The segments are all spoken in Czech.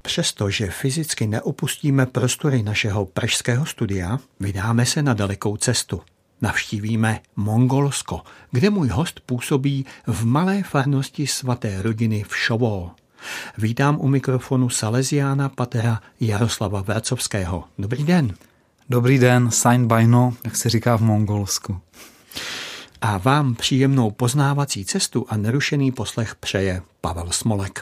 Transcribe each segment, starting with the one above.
Přestože fyzicky neopustíme prostory našeho pražského studia, vydáme se na dalekou cestu. Navštívíme Mongolsko, kde můj host působí v malé farnosti svaté rodiny v Šovol. Vítám u mikrofonu Salesiána patera Jaroslava Vercovského. Dobrý den. Dobrý den, Sain Bajno, jak se říká v Mongolsku. A vám příjemnou poznávací cestu a nerušený poslech přeje Pavel Smolek.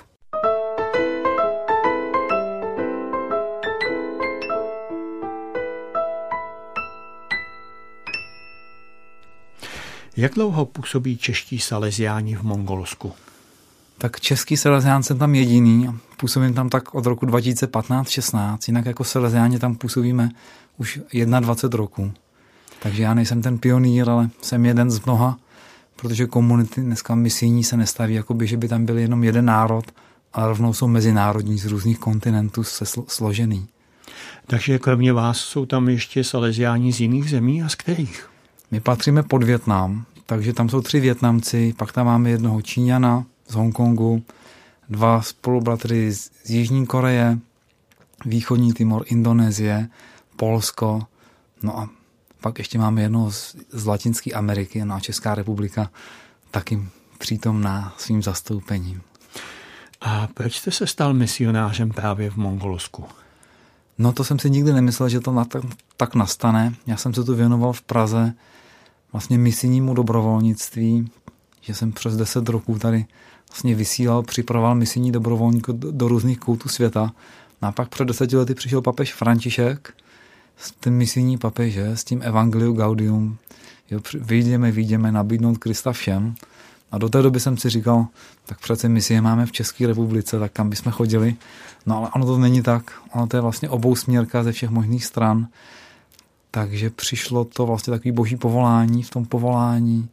Jak dlouho působí čeští saleziáni v Mongolsku? Tak český salezián jsem tam jediný, působím tam tak od roku 2015-16, jinak jako saleziáni tam působíme už 21 roků. Takže já nejsem ten pionýr, ale jsem jeden z mnoha, protože komunity dneska misijní se nestaví, jakoby, že by tam byl jenom jeden národ, ale rovnou jsou mezinárodní z různých kontinentů složený. Takže kromě vás jsou tam ještě saleziáni z jiných zemí a z kterých? My patříme pod Vietnam, takže tam jsou 3 Vietnamci, pak tam máme jednoho Číňana z Hongkongu, 2 spolubratry z Jižní Koreje, Východní Timor, Indonésie, Polsko, no a pak ještě máme jednoho z Latinské Ameriky, no a Česká republika taky přítomná svým zastoupením. A proč jste se stal misionářem právě v Mongolsku? No to jsem si nikdy nemyslel, že to tak nastane. Já jsem se tu věnoval v Praze vlastně misijnímu dobrovolnictví, že jsem přes 10 roků tady vlastně vysílal, připravoval misijní dobrovolníky do různých koutů světa. No a pak před 10 lety přišel papež František, ten misijní papež, že, s tím Evangelium Gaudium, jo, vyjdeme nabídnout Krista všem. A do té doby jsem si říkal, tak přece misie máme v České republice, tak kam bychom chodili. No ale ono to není tak, ono to je vlastně obousměrka ze všech možných stran. Takže přišlo to vlastně takový boží povolání v tom povolání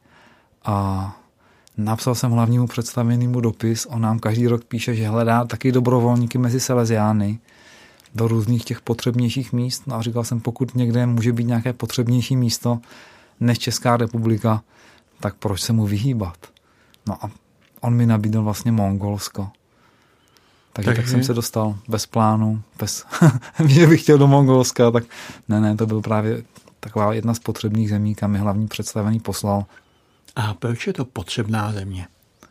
a napsal jsem hlavnímu představenému dopis, on nám každý rok píše, že hledá taky dobrovolníky mezi saleziány do různých těch potřebnějších míst. No a říkal jsem, pokud někde může být nějaké potřebnější místo než Česká republika, tak proč se mu vyhýbat? No a on mi nabídl vlastně Mongolsko. Takže tak jsem se dostal bez plánu, že bych chtěl do Mongolska, tak ne, to byl právě taková jedna z potřebných zemí, kam mi hlavní představený poslal. A proč je to potřebná země?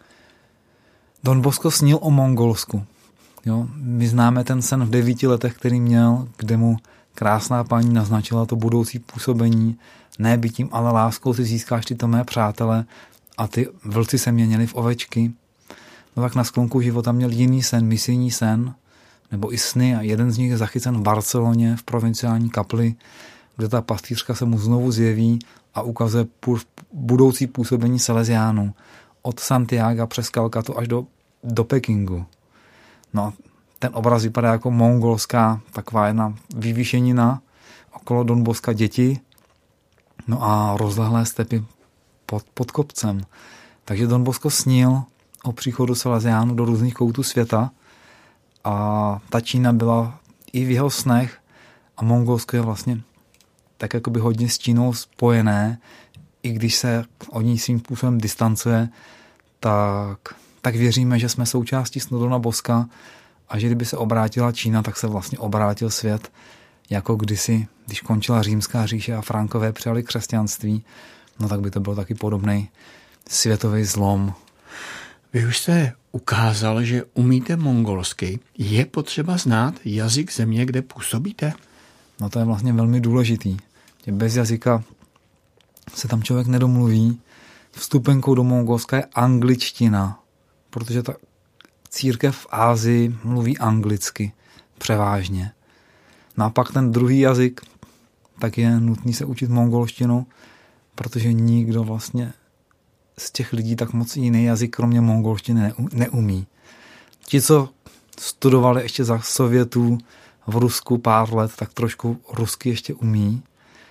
Don Bosco snil o Mongolsku. Jo, my známe ten sen v 9 letech, který měl, kde mu krásná paní naznačila to budoucí působení. Ne bytím, ale láskou si získáš tyto mé přátele a ty vlci se měnili v ovečky. No tak na sklonku života měl jiný sen, misijní sen, nebo i sny a jeden z nich je zachycen v Barceloně, v provinciální kapli, kde ta pastýřka se mu znovu zjeví a ukazuje budoucí působení Salesiánů od Santiaga přes Kalkatu až do Pekingu. No a ten obraz vypadá jako mongolská taková jedna vyvýšenina, okolo Don Bosca děti, no a rozlehlé stepy pod kopcem. Takže Don Bosco snil o příchodu Salesiánů do různých koutů světa a ta Čína byla i v jeho snech a Mongolsko je vlastně tak jakoby hodně s Čínou spojené, i když se od ní svým způsobem distancuje, tak věříme, že jsme součástí snu Dona Bosca a že kdyby se obrátila Čína, tak se vlastně obrátil svět jako kdysi, když končila Římská říše a Frankové přijali křesťanství, no tak by to byl taky podobný světový zlom. Vy už jste ukázal, že umíte mongolsky. Je potřeba znát jazyk země, kde působíte? No to je vlastně velmi důležitý. Bez jazyka se tam člověk nedomluví. Vstupenkou do Mongolska je angličtina, protože ta církev v Asii mluví anglicky převážně. No a pak ten druhý jazyk, tak je nutný se učit mongolštinu, protože nikdo vlastně z těch lidí tak moc jiný jazyk kromě mongolštiny neumí. Ti, co studovali ještě za Sovětů v Rusku pár let, tak trošku rusky ještě umí.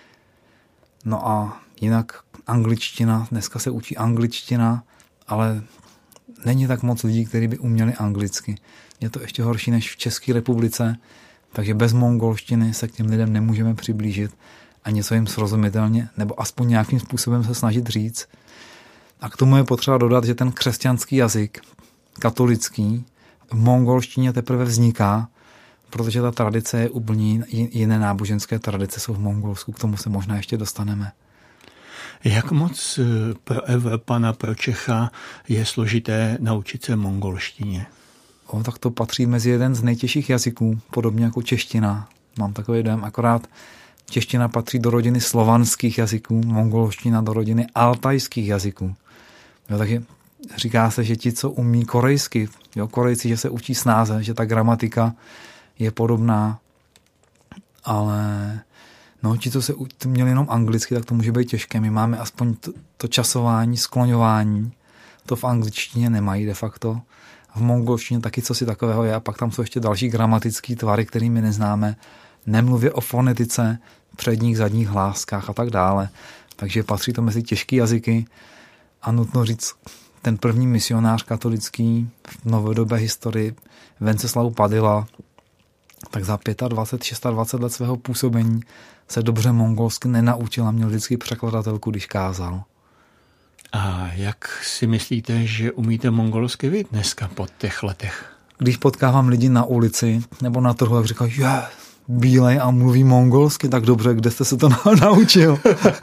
No a jinak angličtina, dneska se učí angličtina, ale není tak moc lidí, kteří by uměli anglicky. Je to ještě horší než v České republice, takže bez mongolštiny se k těm lidem nemůžeme přiblížit a něco jim srozumitelně, nebo aspoň nějakým způsobem se snažit říct. A k tomu je potřeba dodat, že ten křesťanský jazyk, katolický, v mongolštině teprve vzniká protože ta tradice je úplně jiné náboženské tradice jsou v Mongolsku, k tomu se možná ještě dostaneme. Jak moc pro Evropana, pro Čecha je složité naučit se mongolštině? Tak to patří mezi jeden z nejtěžších jazyků, podobně jako čeština. Mám takový dojem, akorát čeština patří do rodiny slovanských jazyků, mongolština do rodiny altajských jazyků. Jo, takže říká se, že ti, co umí korejsky, jo, Korejci, že se učí snáze, že ta gramatika je podobná, ale ti, co se měli jenom anglicky, tak to může být těžké. My máme aspoň to časování, skloňování, to v angličtině nemají de facto. V mongolštině taky co si takového je a pak tam jsou ještě další gramatické tvary, které my neznáme. Nemluvě o fonetice, předních, zadních hláskách a tak dále. Takže patří to mezi těžké jazyky a nutno říct, ten první misionář katolický v novodobé historii Wenceslav Padilla, tak za 25-26 let svého působení se dobře mongolsky nenaučil a měl vždycky překladatelku, když kázal. A jak si myslíte, že umíte mongolsky vy dneska po těch letech? Když potkávám lidi na ulici nebo na trhu, tak říkají, že bílej a mluví mongolsky, tak dobře, kde jste se to naučil?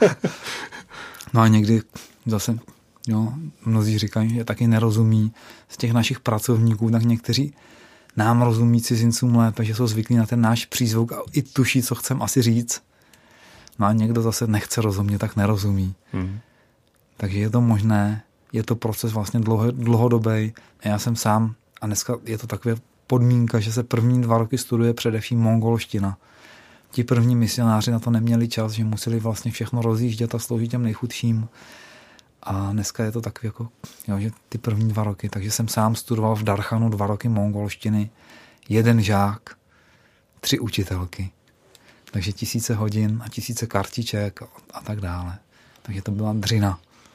No a někdy zase, mnozí říkají, že taky nerozumí z těch našich pracovníků, tak někteří nám rozumí cizincům lépe, že jsou zvyklí na ten náš přízvuk a i tuší, co chcem asi říct. No a někdo zase nechce rozumět, tak nerozumí. Takže je to možné, je to proces vlastně dlouhodobý. Já jsem sám a dneska je to takové podmínka, že se první 2 roky studuje především mongolština. Ti první misionáři na to neměli čas, že museli vlastně všechno rozjíždět a sloužit těm nejchudším. A dneska je to takový jako, že ty první 2 roky. Takže jsem sám studoval v Darchanu 2 roky mongolštiny, 1 žák, 3 učitelky. Takže 1000 hodin a 1000 kartiček a tak dále. Takže to byla dřina.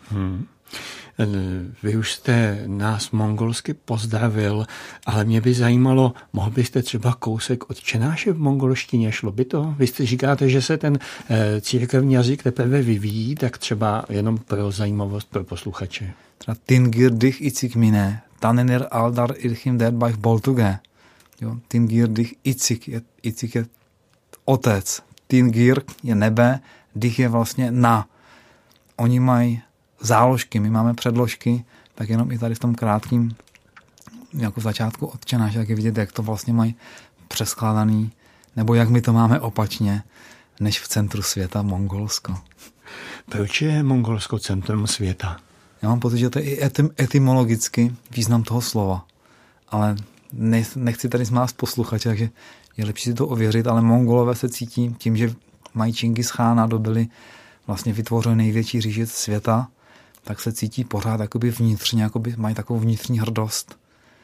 Vy už jste nás mongolsky pozdravil, ale mě by zajímalo, mohl byste třeba kousek Otčenáše v mongolštině, šlo by to? Vy jste říkáte, že se ten církevní jazyk teprve vyvíjí, tak třeba jenom pro zajímavost pro posluchače. Třeba Tingirdich icik mine, tanener aldar irchim derbach boltuge. Tingirdich icik je otec, Tingir je nebe, dich je vlastně na. Oni mají záložky, my máme předložky, tak jenom i tady v tom krátkým jako v začátku Otčenáše, jak je vidět, jak to vlastně mají přeskládaný, nebo jak my to máme opačně, než v centru světa Mongolsko. Proč je Mongolsko centrum světa? Já mám pocit, že to je i etymologicky význam toho slova, ale nechci tady zmást posluchače, takže je lepší si to ověřit, ale Mongolové se cítí tím, že mají Čingis Chána, dobili vlastně vytvořili největší říši světa, tak se cítí pořád jakoby vnitřně, jakoby mají takovou vnitřní hrdost.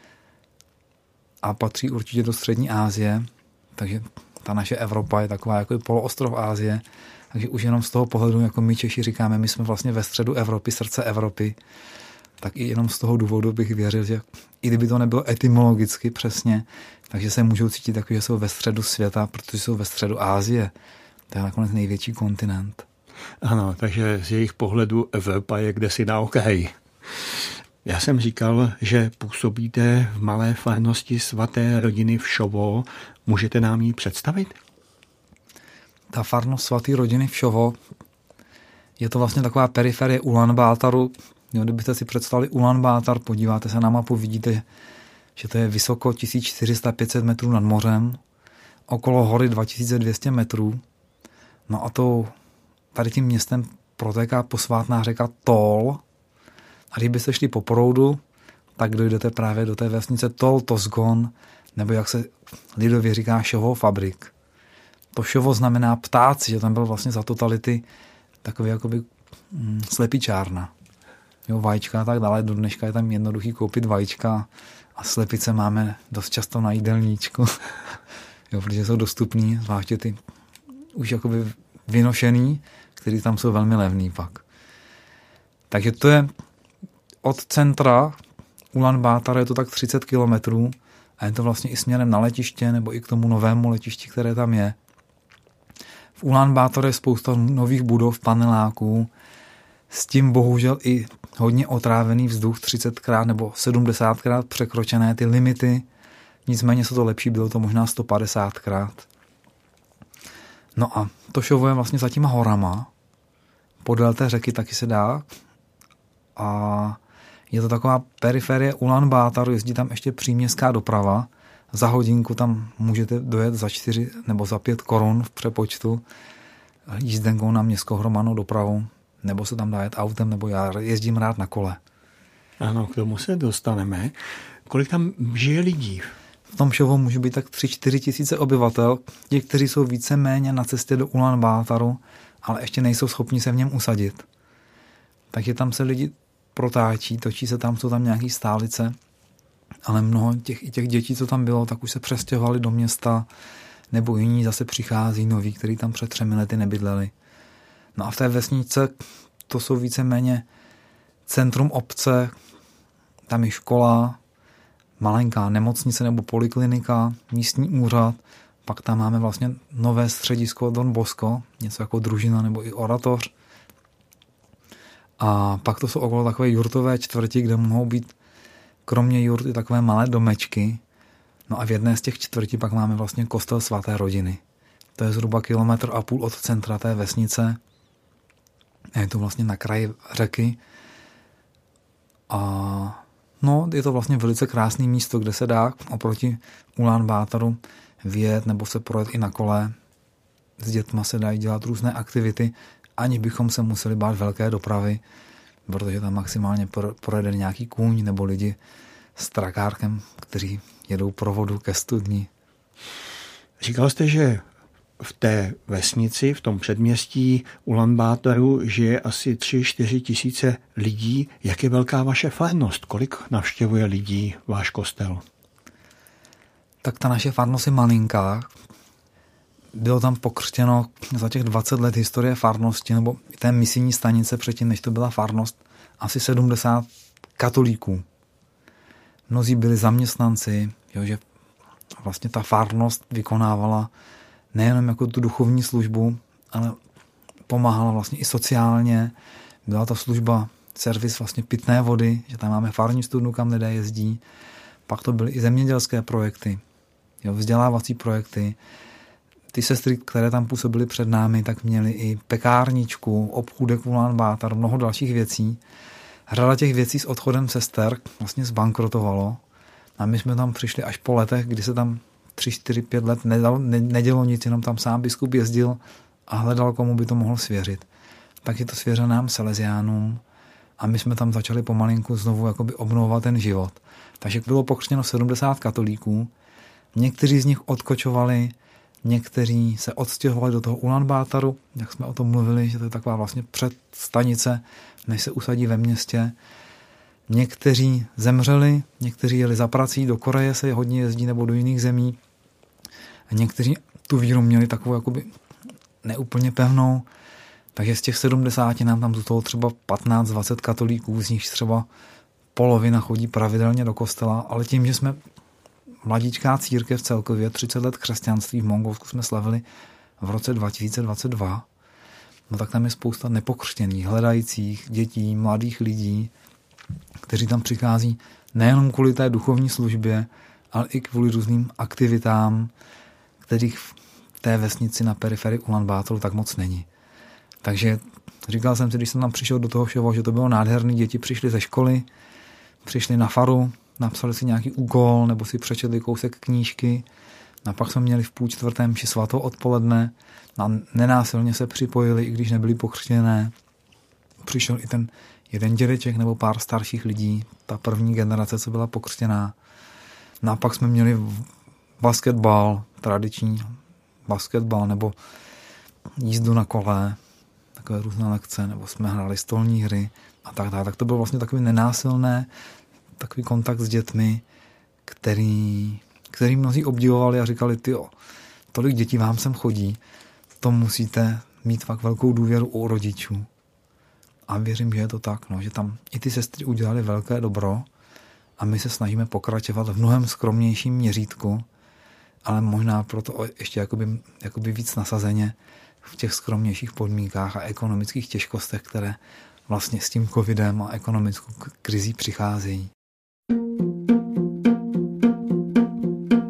A patří určitě do střední Asie, takže ta naše Evropa je taková jako poloostrov Asie, takže už jenom z toho pohledu, jako my Češi říkáme, my jsme vlastně ve středu Evropy, srdce Evropy, tak i jenom z toho důvodu bych věřil, že i kdyby to nebylo etymologicky přesně, takže se můžou cítit takový, že jsou ve středu světa, protože jsou ve středu Asie. To je nakonec největší kontinent. Ano, takže z jejich pohledu Evropa je kdesi na okraji. Já jsem říkal, že působíte v malé farnosti svaté rodiny Všovo. Můžete nám ji představit? Ta farnost svaté rodiny Všovo je to vlastně taková periferie Ulanbátaru. Kdybyste si představili Ulanbátar, podíváte se na mapu, vidíte, že to je vysoko 1400-500 metrů nad mořem, okolo hory 2200 metrů. No a tady tím městem protéká posvátná řeka Tol. A když byste šli po proudu, tak dojdete právě do té vesnice Tol Tozgon, nebo jak se lidově říká Šovo fabrik. To Šovo znamená ptáci, že tam byl vlastně za totality takový jakoby slepičárna. Vajíčka a tak dále. Do dneška je tam jednoduchý koupit vajíčka a slepice máme dost často na jídelníčku. Protože jsou dostupný, zvláště ty už jakoby vynošený, který tam jsou velmi levný pak. Takže to je od centra Ulanbátar je to tak 30 kilometrů a je to vlastně i směrem na letiště nebo i k tomu novému letišti, které tam je. V Ulanbátaru je spousta nových budov, paneláků, s tím bohužel i hodně otrávený vzduch, 30krát nebo 70krát překročené ty limity nicméně se to lepší, bylo to možná 150krát. No a to šovo je vlastně za těma horama, podél té řeky taky se dá a je to taková periferie Ulan-Bátaru, jezdí tam ještě příměstská doprava, za hodinku tam můžete dojet za 4 nebo za 5 korun v přepočtu jízdenkou na městskou hromadnou dopravu, nebo se tam dá jet autem, nebo já jezdím rád na kole. Ano, k tomu se dostaneme. Kolik tam žije lidí? V tom šovu může být tak 3-4 tisíce obyvatel, ti, kteří jsou víceméně na cestě do Ulan-Bátaru, ale ještě nejsou schopni se v něm usadit. Takže tam se lidi protáčí, točí se tam, jsou tam nějaký stálice, ale mnoho těch dětí, co tam bylo, tak už se přestěhovali do města, nebo jiní zase přichází noví, kteří tam před 3 lety nebydleli. No a v té vesnice to jsou víceméně centrum obce, tam je škola, malinká nemocnice nebo poliklinika, místní úřad, pak tam máme vlastně nové středisko Don Bosco, něco jako družina nebo i oratoř. A pak to jsou okolo takové jurtové čtvrti, kde mohou být kromě jurt i takové malé domečky. No a v jedné z těch čtvrtí pak máme vlastně kostel svaté rodiny. To je zhruba 1,5 kilometru od centra té vesnice. Je to vlastně na kraji řeky. A no, je to vlastně velice krásné místo, kde se dá oproti Ulan-Bátaru vyjet nebo se projet i na kole. S dětma se dají dělat různé aktivity, aniž bychom se museli bát velké dopravy, protože tam maximálně projede nějaký kůň nebo lidi s trakárkem, kteří jedou pro vodu ke studni. Říkal jste, že v té vesnici, v tom předměstí Ulan-Bátaru žije asi 3-4 tisíce lidí. Jak je velká vaše farnost? Kolik navštěvuje lidí váš kostel? Tak ta naše farnost je malinká. Bylo tam pokřtěno za těch 20 let historie farnosti, nebo té misijní stanice předtím, než to byla farnost, asi 70 katolíků. Mnozí byli zaměstnanci, že vlastně ta farnost vykonávala nejenom jako tu duchovní službu, ale pomáhala vlastně i sociálně. Byla to služba, servis vlastně pitné vody, že tam máme farní studnu, kam lidé jezdí. Pak to byly i zemědělské projekty, vzdělávací projekty. Ty sestry, které tam působily před námi, tak měly i pekárničku, obchůdek Ulan-Bátar, mnoho dalších věcí. Řada těch věcí s odchodem sester vlastně zbankrotovalo. A my jsme tam přišli až po letech, kdy se tam 3, 4, 5 let nedělo nic, jenom tam sám biskup jezdil a hledal, komu by to mohl svěřit. Tak je to svěřeno nám Salesiánům a my jsme tam začali pomalinku znovu jakoby obnovovat ten život. Takže bylo pokřtěno 70 katolíků, někteří z nich odkočovali, někteří se odstěhovali do toho Ulan-Bátaru, jak jsme o tom mluvili, že to je taková vlastně předstanice, než se usadí ve městě. Někteří zemřeli, někteří jeli za prací, do Koreje se hodně jezdí nebo do jiných zemí. A někteří tu víru měli takovou jakoby neúplně pevnou, takže z těch 70 nám tam zůstalo třeba 15-20 katolíků, z nich třeba polovina chodí pravidelně do kostela, ale tím, že jsme mladíčká církev celkově, 30 let křesťanství v Mongolsku jsme slavili v roce 2022, no tak tam je spousta nepokřtěných, hledajících dětí, mladých lidí, kteří tam přichází nejenom kvůli té duchovní službě, ale i kvůli různým aktivitám, kterých v té vesnici na periferii Ulan-Bátaru tak moc není. Takže říkal jsem si, když jsem tam přišel do toho všeho, že to bylo nádherný, děti přišly ze školy, přišli na faru, napsali si nějaký úkol nebo si přečetli kousek knížky a pak jsme měli v 3:30 mši svatou odpoledne a nenásilně se připojili, i když nebyli pokřtěné. Přišel i ten jeden dědeček nebo pár starších lidí, ta první generace, co byla pokřtěná. No a pak jsme měli basketbal, tradiční basketbal nebo jízdu na kole, takové různé lekce, nebo jsme hráli stolní hry a tak dále. Tak to bylo vlastně takový nenásilné, takový kontakt s dětmi, který mnozí obdivovali a říkali, tyjo, tolik dětí vám sem chodí, to musíte mít fakt velkou důvěru u rodičů. A věřím, že je to tak, no, že tam i ty sestry udělali velké dobro a my se snažíme pokračovat v mnohem skromnějším měřítku, ale možná proto ještě jakoby víc nasazeně v těch skromnějších podmínkách a ekonomických těžkostech, které vlastně s tím covidem a ekonomickou krizí přicházejí.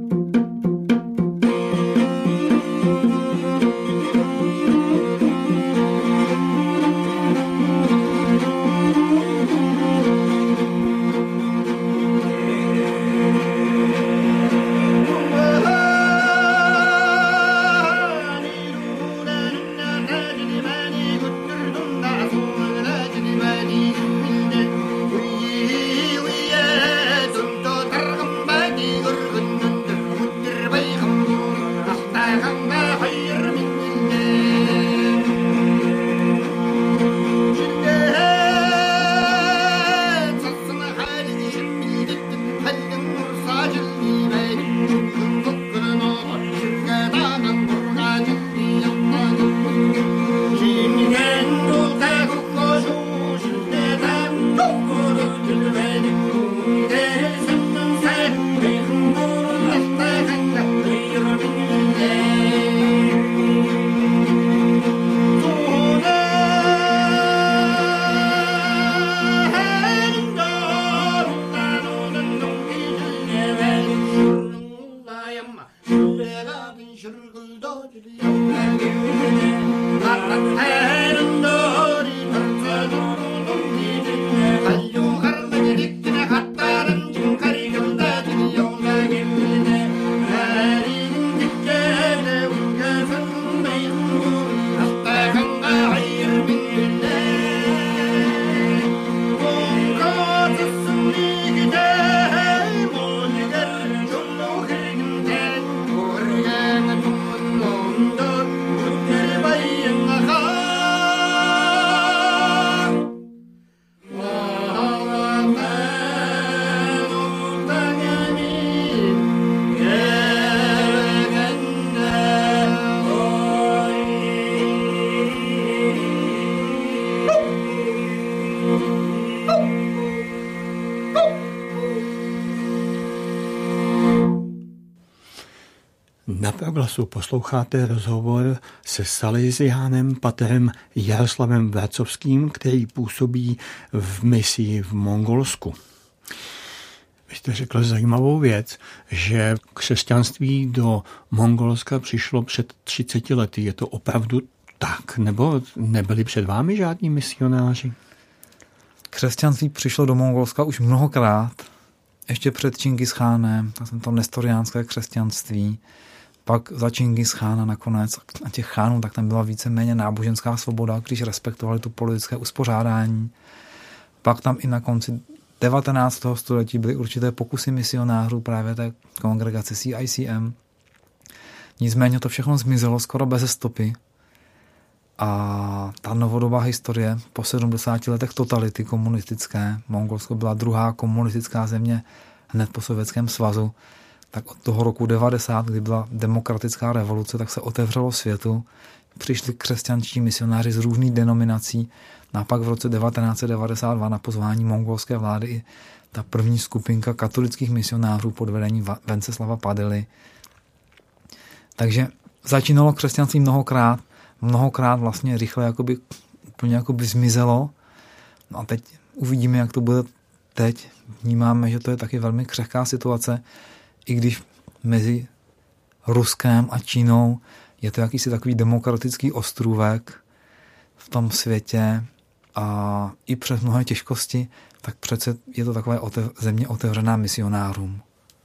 Na Proglasu posloucháte rozhovor se salesiánem patrem Jaroslavem Vracovským, který působí v misii v Mongolsku. Vy jste řekl zajímavou věc, že křesťanství do Mongolska přišlo před 30 lety. Je to opravdu tak? Nebo nebyli před vámi žádní misionáři? Křesťanství přišlo do Mongolska už mnohokrát. Ještě před Čingischánem, to nestoriánské křesťanství. Pak za Čingischána nakonec a těch chánů, tak tam byla víceméně náboženská svoboda, když respektovali tu politické uspořádání. Pak tam i na konci 19. století byly určité pokusy misionářů právě té kongregace CICM. Nicméně to všechno zmizelo skoro bez stopy. A ta novodobá historie po 70 letech totality komunistické, Mongolsko byla druhá komunistická země hned po Sovětském svazu, tak od toho roku 90, kdy byla demokratická revoluce, tak se otevřelo světu. Přišli křesťanští misionáři z různých denominací a pak v roce 1992 na pozvání mongolské vlády i ta první skupinka katolických misionářů pod vedením Venceslava Padely. Takže začínalo křesťanství mnohokrát vlastně rychle úplně zmizelo. No a teď uvidíme, jak to bude teď. Vnímáme, že to je taky velmi křehká situace, i když mezi Ruskem a Čínou je to jakýsi takový demokratický ostrůvek v tom světě a i přes mnohé těžkosti, tak přece je to takové země otevřená misionářům.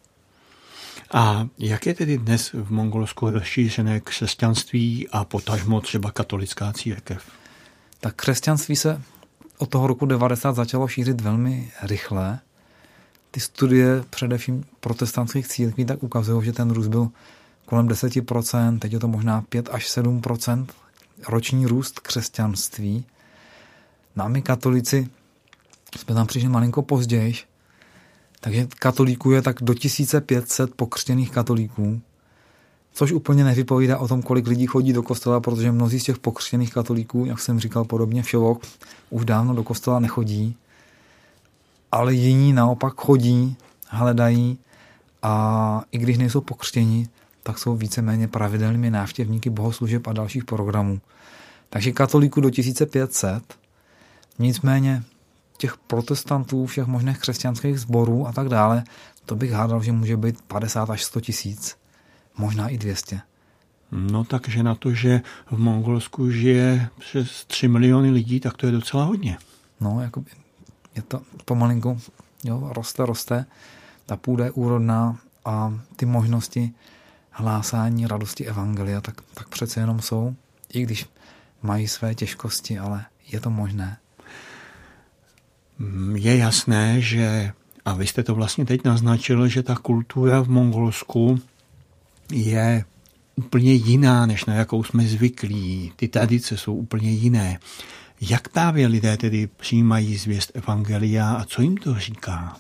A jak je tedy dnes v Mongolsku rozšířené křesťanství a potažmo třeba katolická církev? Tak křesťanství se od toho roku 90 začalo šířit velmi rychle. Ty studie především protestantských církví tak ukazují, že ten růst byl kolem 10%, teď je to možná 5 až 7% roční růst křesťanství. No a my katolíci jsme tam přišli malinko později, takže katolíků je tak do 1500 pokřtěných katolíků, což úplně nevypovídá o tom, kolik lidí chodí do kostela, protože mnozí z těch pokřtěných katolíků, jak jsem říkal podobně Všovok, už dávno do kostela nechodí, ale jiní naopak chodí, hledají a i když nejsou pokřtěni, tak jsou víceméně pravidelnými návštěvníky bohoslužeb a dalších programů. Takže katolíků do 1500, nicméně těch protestantů, všech možných křesťanských sborů a tak dále, to bych hádal, že může být 50 až 100 tisíc, možná i 200. No takže na to, že v Mongolsku žije přes 3 miliony lidí, tak to je docela hodně. No, je to pomalinku, roste, ta půda je úrodná a ty možnosti hlásání radosti evangelia, tak přece jenom jsou, i když mají své těžkosti, ale je to možné. Je jasné, že, a vy jste to vlastně teď naznačil, že ta kultura v Mongolsku je úplně jiná, než na jakou jsme zvyklí. Ty tradice jsou úplně jiné. Jak právě lidé tedy přijímají zvěst evangelia a co jim to říká?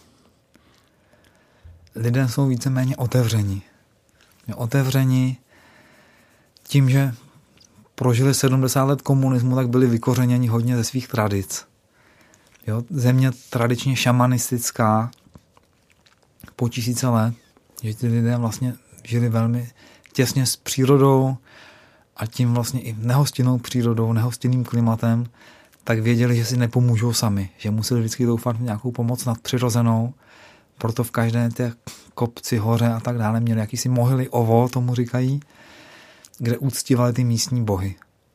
Lidé jsou víceméně otevření. Otevření tím, že prožili 70 let komunismu, tak byli vykořeněni hodně ze svých tradic. Jo, země tradičně šamanistická po tisíce let, že ty lidé vlastně žili velmi těsně s přírodou a tím vlastně i nehostinnou přírodou, nehostinným klimatem, tak věděli, že si nepomůžou sami, že museli vždycky doufat v nějakou pomoc nadpřirozenou, proto v každé té kopci, hoře a tak dále měli jakýsi mohyly ovo, tomu říkají, kde uctívali ty místní bohy.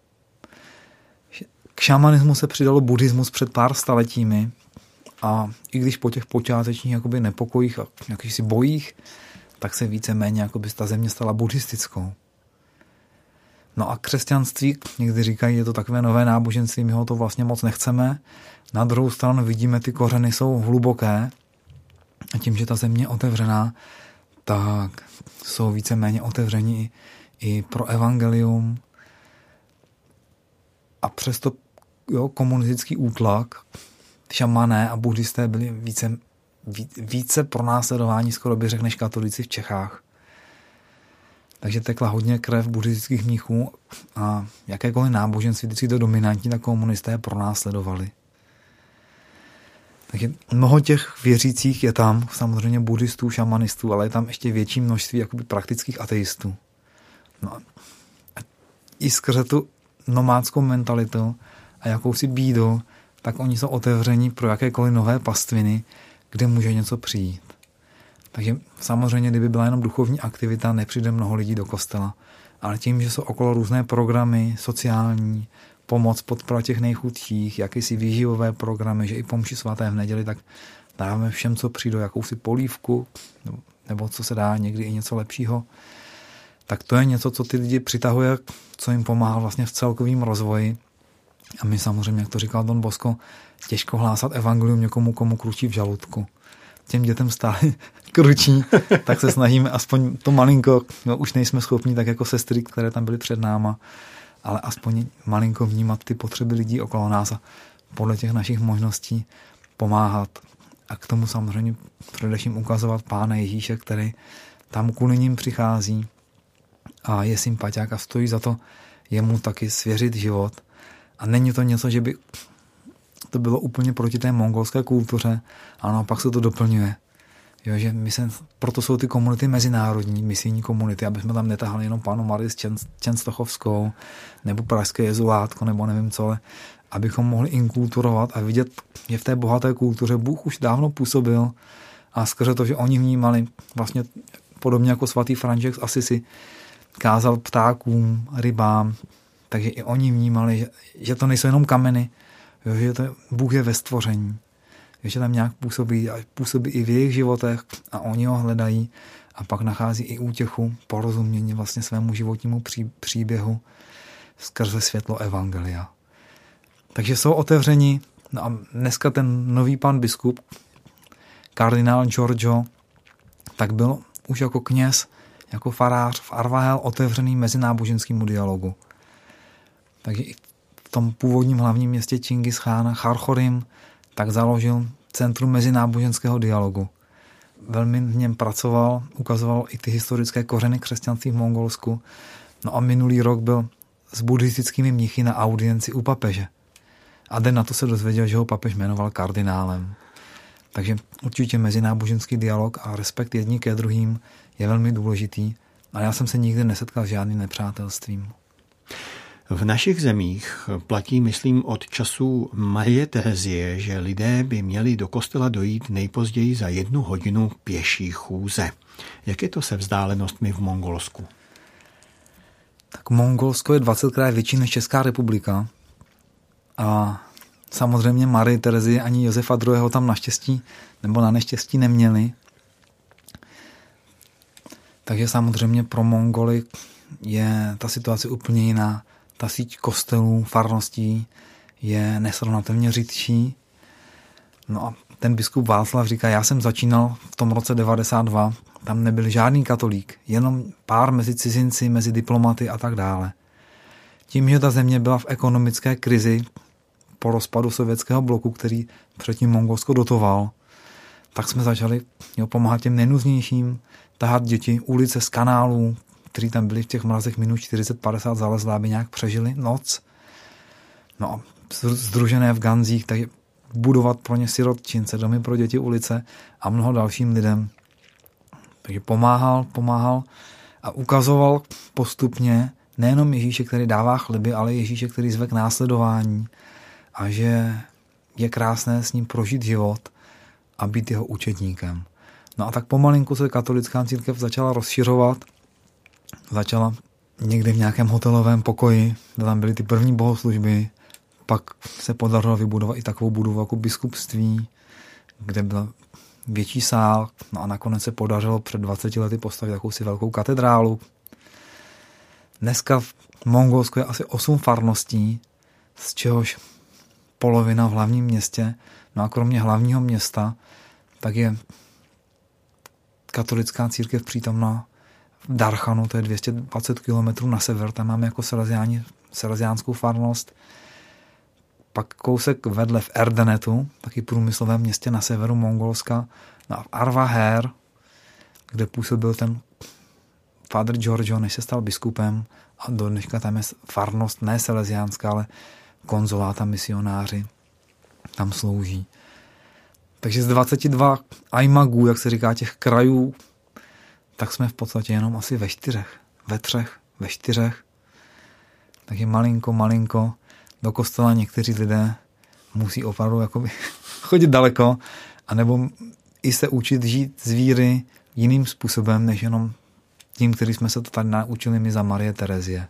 K šamanismu se přidalo buddhismus před pár staletími a i když po těch počátečních jakoby nepokojích a jakýchsi bojích, tak se víceméně jakoby ta země stala buddhistickou. No a křesťanství, někdy říkají, je to takové nové náboženství, my ho to vlastně moc nechceme. Na druhou stranu vidíme, ty kořeny jsou hluboké a tím, že ta země je otevřená, tak jsou víceméně otevření i pro evangelium. A přesto komunistický útlak, šamané a buddhisté byli více pronásledováni, skoro bych řekl, než katolíci v Čechách. Takže tekla hodně krev buddhistických mnichů a jakékoliv náboženství, vždycky to dominantní, tak komunisté pronásledovali. Takže mnoho těch věřících je tam, samozřejmě buddhistů, šamanistů, ale je tam ještě větší množství jakoby praktických ateistů. No a i skrze tu nomádskou mentalitu a jakousi bídu, tak oni jsou otevření pro jakékoliv nové pastviny, kde může něco přijít. Takže samozřejmě, kdyby byla jenom duchovní aktivita, nepřijde mnoho lidí do kostela. Ale tím, že jsou okolo různé programy, sociální, pomoc, podpora těch nejchudších, jakýsi výživové programy, že i po mši svaté v neděli, tak dáváme všem, co přijde, jakousi polívku, nebo co se dá, někdy i něco lepšího. Tak to je něco, co ty lidi přitahuje, co jim pomáhá vlastně v celkovém rozvoji. A my samozřejmě, jak to říkal Don Bosco, těžko hlásat evangelium někomu, komu kručí v žaludku. Těm dětem stále kručí, tak se snažíme aspoň to malinko, už nejsme schopni, tak jako sestry, které tam byly před náma, ale aspoň malinko vnímat ty potřeby lidí okolo nás a podle těch našich možností pomáhat. A k tomu samozřejmě především ukazovat Pána Ježíše, který tam kvůli ním přichází a je sympatiák a stojí za to jemu taky svěřit život. A není to něco, že by to bylo úplně proti té mongolské kultuře, a naopak se to doplňuje. Jo, že proto jsou ty komunity mezinárodní, misijní komunity, aby jsme tam netahali jenom Pannu Marii s Čenstochovskou, nebo pražské jezulátko, nebo nevím co, ale abychom mohli inkulturovat a vidět, že v té bohaté kultuře Bůh už dávno působil a skrze to, že oni vnímali vlastně podobně jako svatý František z Assisi, kázal ptákům, rybám, takže i oni vnímali, že to nejsou jenom kameny, jo, že Bůh je ve stvoření, že tam nějak působí i v jejich životech a oni ho hledají a pak nachází i útěchu, porozumění vlastně svému životnímu příběhu skrze světlo evangelia. Takže jsou otevřeni. No a dneska ten nový pan biskup, kardinál Giorgio, tak byl už jako kněz, jako farář v Arvahel otevřený mezináboženskému dialogu. Takže i v tom původním hlavním městě Čingis Chána, Charchorim, tak založil Centrum mezináboženského dialogu. Velmi v něm pracoval, ukazoval i ty historické kořeny křesťanství v Mongolsku. No a minulý rok byl s buddhistickými mnichy na audienci u papeže. A den na to se dozvěděl, že ho papež jmenoval kardinálem. Takže určitě mezináboženský dialog a respekt jedni ke druhým je velmi důležitý. A já jsem se nikdy nesetkal s žádným nepřátelstvím. V našich zemích platí, myslím, od času Marie Terezie, že lidé by měli do kostela dojít nejpozději za 1 hodinu pěší chůze. Jak je to se vzdálenostmi v Mongolsku? Tak Mongolsko je 20krát větší než Česká republika. A samozřejmě Marie Terezie ani Josefa II. Tam naštěstí nebo na neštěstí neměli. Takže samozřejmě pro Mongoly je ta situace úplně jiná. Ta síť kostelů, farností je nesrovnatelně řidší. No a ten biskup Václav říká, já jsem začínal v tom roce 92 tam nebyl žádný katolík, jenom pár mezi cizinci, mezi diplomaty a tak dále. Tím, že ta země byla v ekonomické krizi po rozpadu sovětského bloku, který předtím Mongolsko dotoval, tak jsme začali pomáhat těm nejnuznějším, tahat děti ulice z kanálů, kteří tam byli v těch mrazech minus 40-50 zalezlá, aby nějak přežili noc. No a sdružené v ganzích, takže budovat pro ně sirotčince, domy pro děti ulice a mnoho dalším lidem. Takže pomáhal a ukazoval postupně nejenom Ježíše, který dává chleby, ale Ježíše, který zve k následování a že je krásné s ním prožít život a být jeho učedníkem. No a tak pomalinku se katolická církev začala rozšiřovat, začala někde v nějakém hotelovém pokoji, kde tam byly ty první bohoslužby, pak se podařilo vybudovat i takovou budovu jako biskupství, kde byl větší sál, no a nakonec se podařilo před 20 lety postavit jakousi velkou katedrálu. Dneska v Mongolsku je asi 8 farností, z čehož polovina v hlavním městě, no a kromě hlavního města, tak je katolická církev přítomná v Darchanu, to je 220 km na sever, tam máme jako seleziánskou farnost. Pak kousek vedle v Erdenetu, taky průmyslovém městě na severu Mongolska, no a v Arvaher, kde působil ten Father Giorgio, než se stal biskupem, a do dneška tam je farnost, ne seleziánská, ale konzuláta, misionáři tam slouží. Takže z 22 ajmagů, jak se říká, těch krajů, tak jsme v podstatě jenom asi ve 4, ve 4. Takže malinko, do kostela někteří lidé musí opravdu jakoby chodit daleko, anebo i se učit žít z víry jiným způsobem, než jenom tím, který jsme se to tady naučili my za Marie Terezie.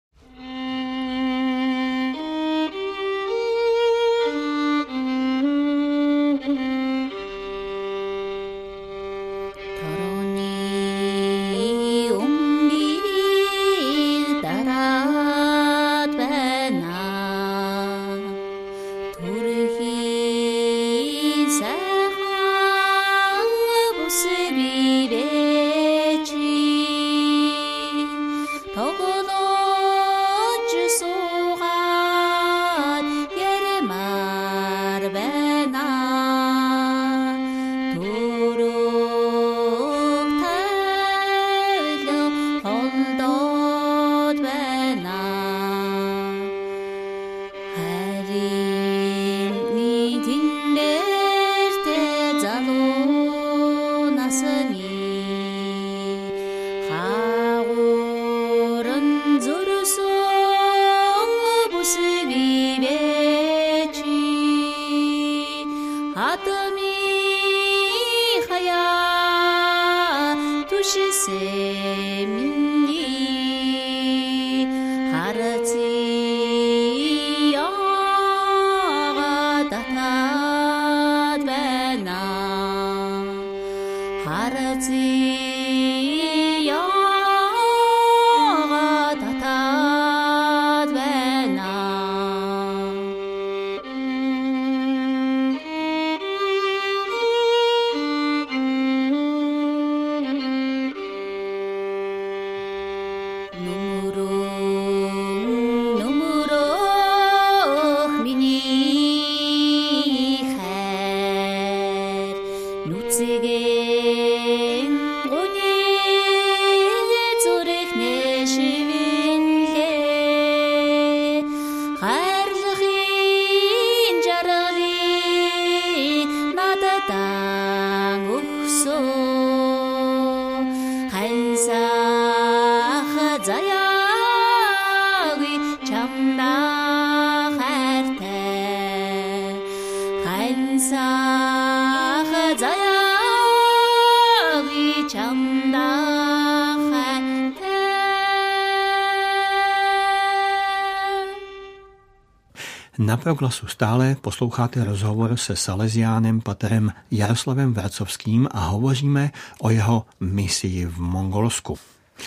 Na Proglasu stále posloucháte rozhovor se Salesiánem paterem Jaroslavem Vracovským a hovoříme o jeho misii v Mongolsku.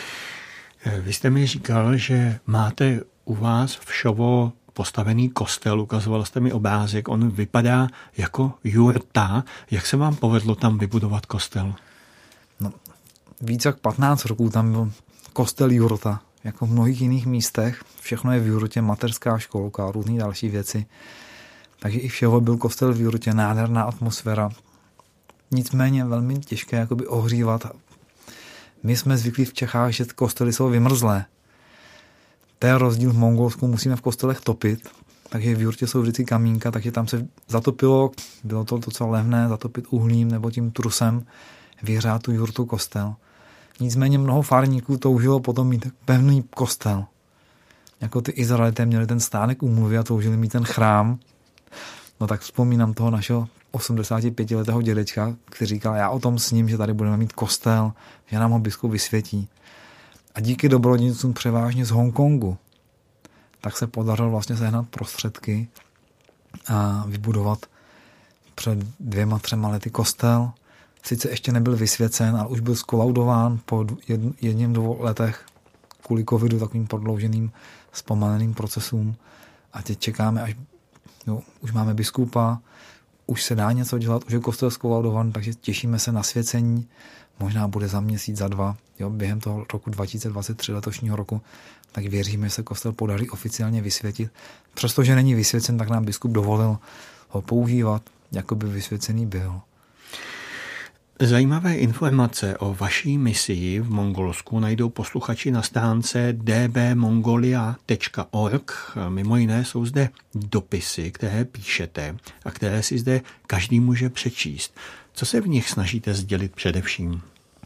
Vy jste mi říkal, že máte u vás v Šovo postavený kostel, ukazoval jste mi obrázek, on vypadá jako jurta. Jak se vám povedlo tam vybudovat kostel? No, více jak 15 roků tam byl kostel Jurta, jako v mnohých jiných místech. Všechno je v Jurtě, mateřská školka, různé další věci. Takže i všeho byl kostel v Jurtě, nádherná atmosféra. Nicméně velmi těžké jakoby ohřívat. My jsme zvyklí v Čechách, že kostely jsou vymrzlé. To je rozdíl v Mongolsku, musíme v kostelech topit, takže v Jurtě jsou vždycky kamínka, takže tam se zatopilo, bylo to docela levné, zatopit uhlím nebo tím trusem, vyhřát tu Jurtu kostel. Nicméně mnoho farníků toužilo potom mít pevný kostel. Jako ty Izraelité měli ten stánek úmluvy a toužili mít ten chrám. No tak vzpomínám toho našeho 85letého dědečka, který říkal, já o tom sním, že tady budeme mít kostel, že nám ho biskup vysvětí. A díky dobrodějcům převážně z Hongkongu, tak se podařilo vlastně sehnat prostředky a vybudovat před 2-3 lety kostel. Sice ještě nebyl vysvěcen, ale už byl skolaudován po 1-2 letech kvůli covidu, takovým prodlouženým, zpomaleným procesům. A teď čekáme, až už máme biskupa, už se dá něco dělat, už je kostel skolaudovaný, takže těšíme se na svěcení. Možná bude za měsíc, za 2, během toho roku 2023, letošního roku, tak věříme, že se kostel podaří oficiálně vysvětit. Přestože není vysvěcen, tak nám biskup dovolil ho používat, jako by vysvěcený byl. Zajímavé informace o vaší misii v Mongolsku najdou posluchači na stránce dbmongolia.org. Mimo jiné jsou zde dopisy, které píšete a které si zde každý může přečíst. Co se v nich snažíte sdělit především?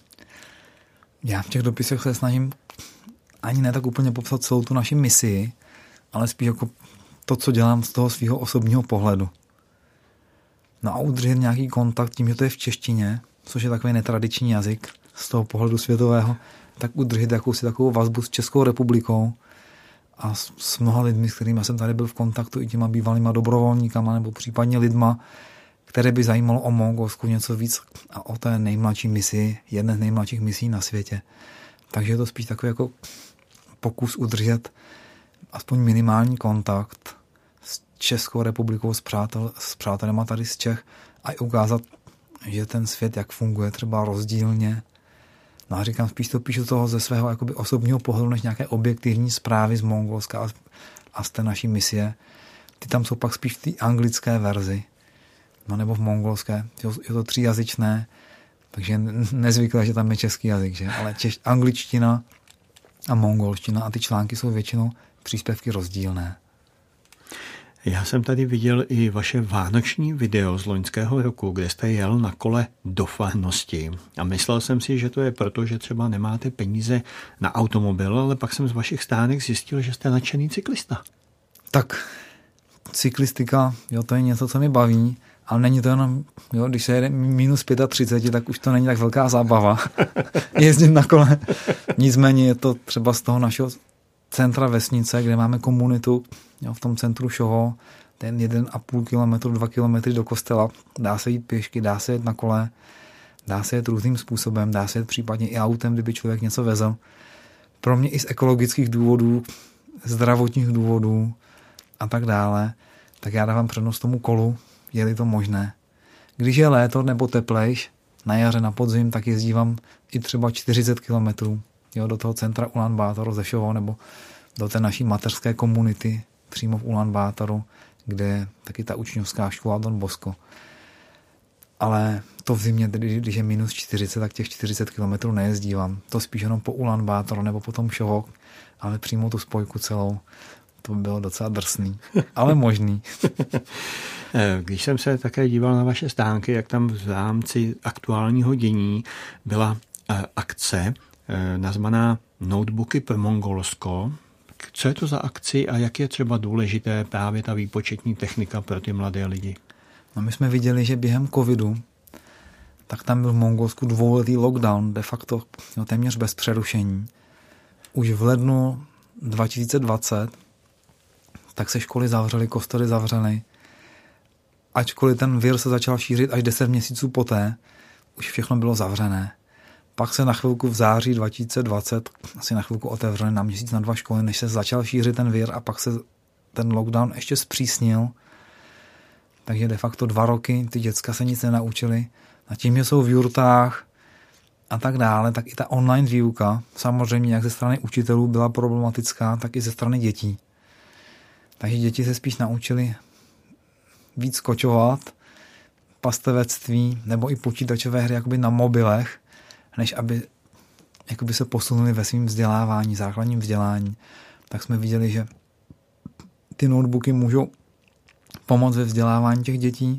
Já v těch dopisech se snažím ani ne tak úplně popsat celou tu naši misii, ale spíš jako to, co dělám z toho svého osobního pohledu. No a udržet nějaký kontakt tím, že to je v češtině, což je takový netradiční jazyk z toho pohledu světového, tak udržet jakousi takovou vazbu s Českou republikou a s mnoha lidmi, s kterými jsem tady byl v kontaktu, i těma bývalýma dobrovolníkama nebo případně lidma, které by zajímalo o Mongolsku něco víc a o té nejmladší misi, jedné z nejmladších misí na světě. Takže je to spíš takový jako pokus udržet aspoň minimální kontakt s Českou republikou, s přátelema tady z Čech a i ukázat, že ten svět, jak funguje, třeba rozdílně. No a říkám, spíš to píšu toho ze svého jakoby osobního pohledu, než nějaké objektivní zprávy z Mongolska a z té naší misie. Ty tam jsou pak spíš v té anglické verzi. No nebo v mongolské. Je to 3jazyčné, takže nezvyklé, že tam je český jazyk, že? Ale angličtina a mongolština a ty články jsou většinou příspěvky rozdílné. Já jsem tady viděl i vaše vánoční video z loňského roku, kde jste jel na kole do farnosti. A myslel jsem si, že to je proto, že třeba nemáte peníze na automobil, ale pak jsem z vašich stránek zjistil, že jste nadšený cyklista. Tak, cyklistika, to je něco, co mi baví, ale není to jenom, když se jede minus 35, tak už to není tak velká zábava jezdit na kole. Nicméně je to třeba z toho našeho centra vesnice, kde máme komunitu, v tom centru Šoho, ten 1,5 kilometru, 2 kilometry do kostela, dá se jít pěšky, dá se jet na kole, dá se jet různým způsobem, dá se jet případně i autem, kdyby člověk něco vezl. Pro mě i z ekologických důvodů, zdravotních důvodů a tak dále, tak já dávám přednost tomu kolu, je-li to možné. Když je léto nebo teplejš, na jaře, na podzim, tak jezdívám i třeba 40 kilometrů do toho centra Ulan Bátoru ze Šoho nebo do té naší mateřské komunity přímo v Ulan Bátoru, kde je taky ta učňovská škola Don Bosco. Ale to v zimě, když je minus 40, tak těch 40 kilometrů nejezdívám. To spíš jenom po Ulan Bátoru nebo potom Šoho, ale přímo tu spojku celou. To by bylo docela drsný, ale možný. Když jsem se také díval na vaše stránky, jak tam v rámci aktuálního dění byla akce nazvaná Notebooky pro Mongolsko. Co je to za akci a jak je třeba důležité právě ta výpočetní technika pro ty mladé lidi? No my jsme viděli, že během covidu tak tam byl v Mongolsku 2letý lockdown, de facto téměř bez přerušení. Už v lednu 2020 tak se školy zavřely, kostely zavřely. Ačkoliv ten vir se začal šířit až 10 měsíců poté, už všechno bylo zavřené. Pak se na chvilku v září 2020 asi na chvilku otevřely na měsíc, na 2 školy, než se začal šířit ten vir a pak se ten lockdown ještě zpřísnil. Takže de facto 2 roky ty děcka se nic nenaučili. A tím, že jsou v jurtách a tak dále, tak i ta online výuka samozřejmě jak ze strany učitelů byla problematická, tak i ze strany dětí. Takže děti se spíš naučily víc kočovat, pastevectví nebo i počítačové hry jakoby na mobilech, než aby jakoby se posunuli ve svém vzdělávání, základním vzdělání. Tak jsme viděli, že ty notebooky můžou pomoct ve vzdělávání těch dětí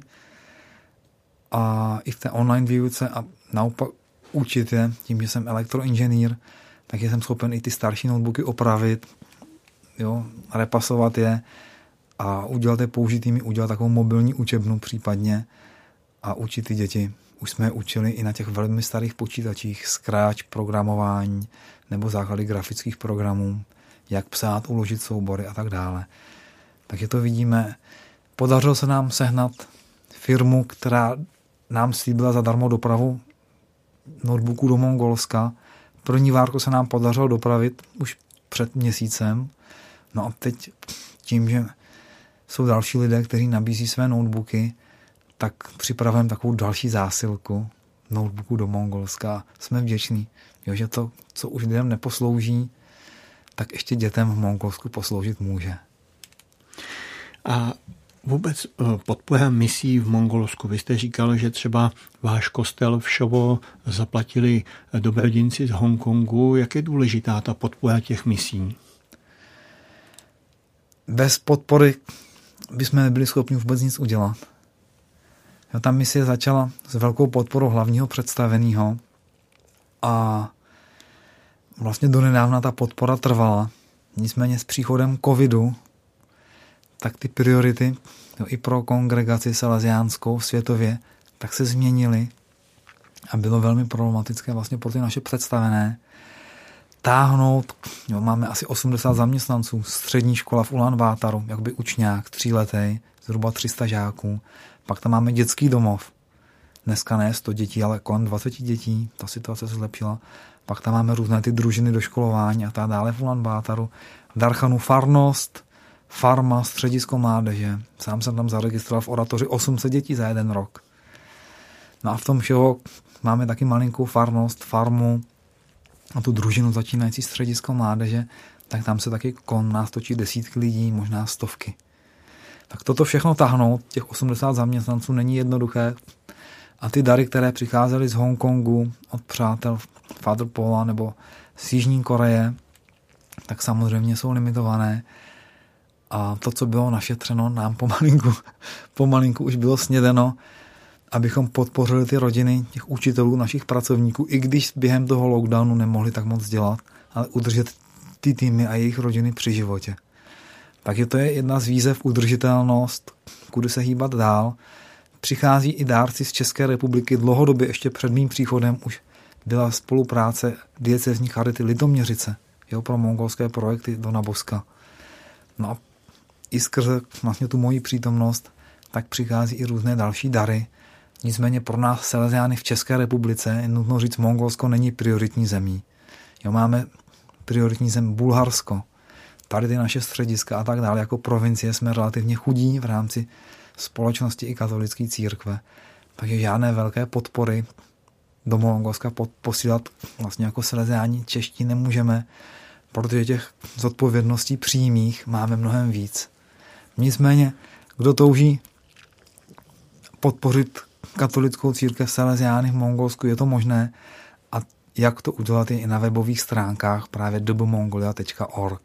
a i v té online výuce a naopak učit je, tím, že jsem elektroinženýr, tak jsem schopen i ty starší notebooky opravit, jo, repasovat je a udělat je použitými, udělat takovou mobilní učebnu případně a učit ty děti. Už jsme je učili i na těch velmi starých počítačích, Scratch, programování nebo základy grafických programů, jak psát, uložit soubory a tak dále. Takže to vidíme. Podařilo se nám sehnat firmu, která nám slíbila zadarmo dopravu notebooků do Mongolska. První várku se nám podařilo dopravit už před měsícem. No a teď tím, že jsou další lidé, kteří nabízí své notebooky, tak připravujeme takovou další zásilku notebooků do Mongolska. Jsme vděční, jo, že to, co už lidem neposlouží, tak ještě dětem v Mongolsku posloužit může. A vůbec podpora misí v Mongolsku. Vy jste říkal, že třeba váš kostel v Šovo zaplatili dobrodinci z Hongkongu. Jak je důležitá ta podpora těch misí? Bez podpory bychom nebyli schopni vůbec nic udělat. Jo, ta misie začala s velkou podporou hlavního představeného a vlastně donedávna ta podpora trvala. Nicméně s příchodem covidu tak ty priority, jo, i pro kongregaci salesiánskou světově, tak se změnily a bylo velmi problematické vlastně pro ty naše představené táhnout, jo, máme asi 80 zaměstnanců, střední škola v Ulaanbátaru, jakoby učňák, 3letý, zhruba 300 žáků, pak tam máme dětský domov, dneska ne 100 dětí, ale kolem 20 dětí, ta situace se zlepšila, pak tam máme různé ty družiny doškolování a tak dále v Ulaanbátaru, v Darchanu farnost, farma, středisko mládeže. Sám jsem tam zaregistroval v oratoři 800 dětí za jeden rok. No a v tom všeho máme taky malinkou farnost, farmu a tu družinu začínající středisko mládeže, tak tam se taky kolem nás točí desítky lidí, možná stovky. Tak toto všechno tahnout, těch 80 zaměstnanců není jednoduché a ty dary, které přicházely z Hongkongu od přátel Father Paula nebo z Jižní Koreje, tak samozřejmě jsou limitované. A to, co bylo našetřeno, nám pomalinku už bylo snědeno, abychom podpořili ty rodiny těch učitelů, našich pracovníků, i když během toho lockdownu nemohli tak moc dělat, ale udržet ty týmy a jejich rodiny při životě. Takže to je jedna z výzev udržitelnost, kudy se hýbat dál. Přichází i dárci z České republiky. Dlouhodobě ještě před mým příchodem už byla spolupráce diecézní charity Litoměřice, jo, pro mongolské projekty Dona Boska. No a i skrze vlastně tu moji přítomnost, tak přichází i různé další dary. Nicméně pro nás Salesiány v České republice, je nutno říct, Mongolsko není prioritní zemí. Jo, máme prioritní zem Bulharsko, tady ty naše střediska a tak dále. Jako provincie jsme relativně chudí v rámci společnosti i katolické církve. Takže žádné velké podpory do Mongolska posílat vlastně jako Salesiáni čeští nemůžeme, protože těch zodpovědností přímých máme mnohem víc. Nicméně, kdo touží podpořit katolickou církev Salesiány v Mongolsku, je to možné a jak to udělat je i na webových stránkách právě dbmongolia.org.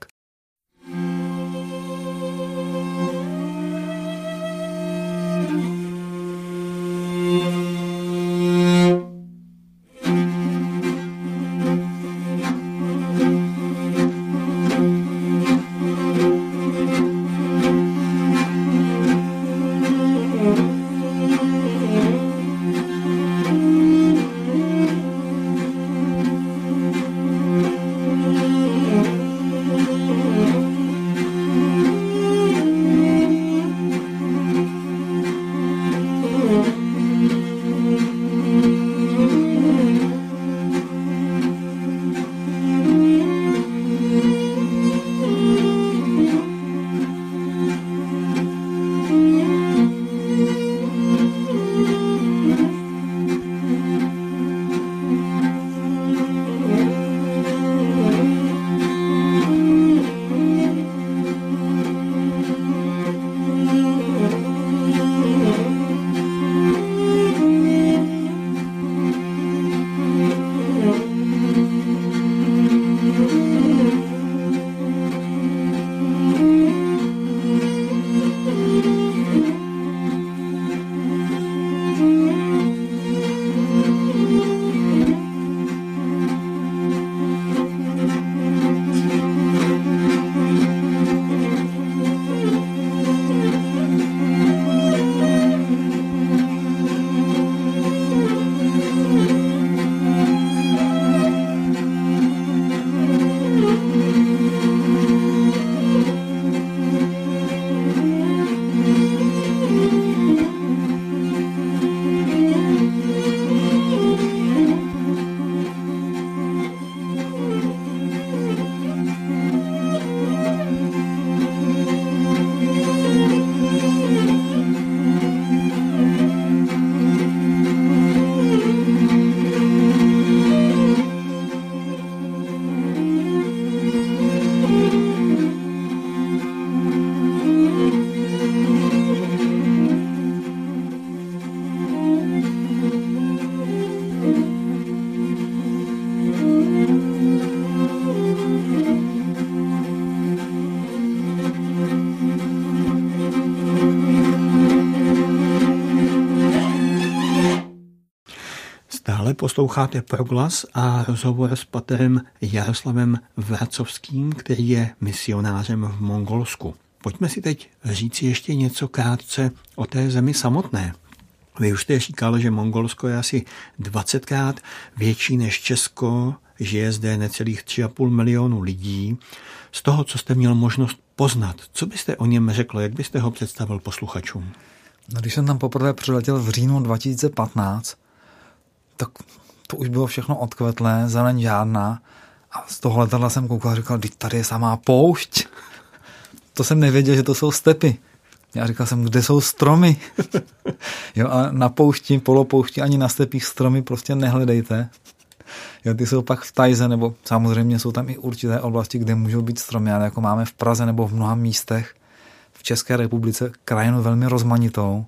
posloucháte Proglas a rozhovor s paterem Jaroslavem Vracovským, který je misionářem v Mongolsku. Pojďme si teď říct ještě něco krátce o té zemi samotné. Vy už jste říkal, že Mongolsko je asi 20krát větší než Česko, žije zde necelých 3,5 milionu lidí. Z toho, co jste měl možnost poznat, co byste o něm řekl, jak byste ho představil posluchačům? No, když jsem tam poprvé přiletěl v říjnu 2015, tak to už bylo všechno odkvetlé, zeleň žádná. A z toho letadla jsem koukal a říkal, tady je samá poušť. To jsem nevěděl, že to jsou stepy. Já říkal jsem, kde jsou stromy? Jo, a na poušti, polopoušti, ani na stepích stromy prostě nehledejte. Jo, ty jsou pak v Tajze, nebo samozřejmě jsou tam i určité oblasti, kde můžou být stromy, ale jako máme v Praze nebo v mnoha místech v České republice krajinu velmi rozmanitou,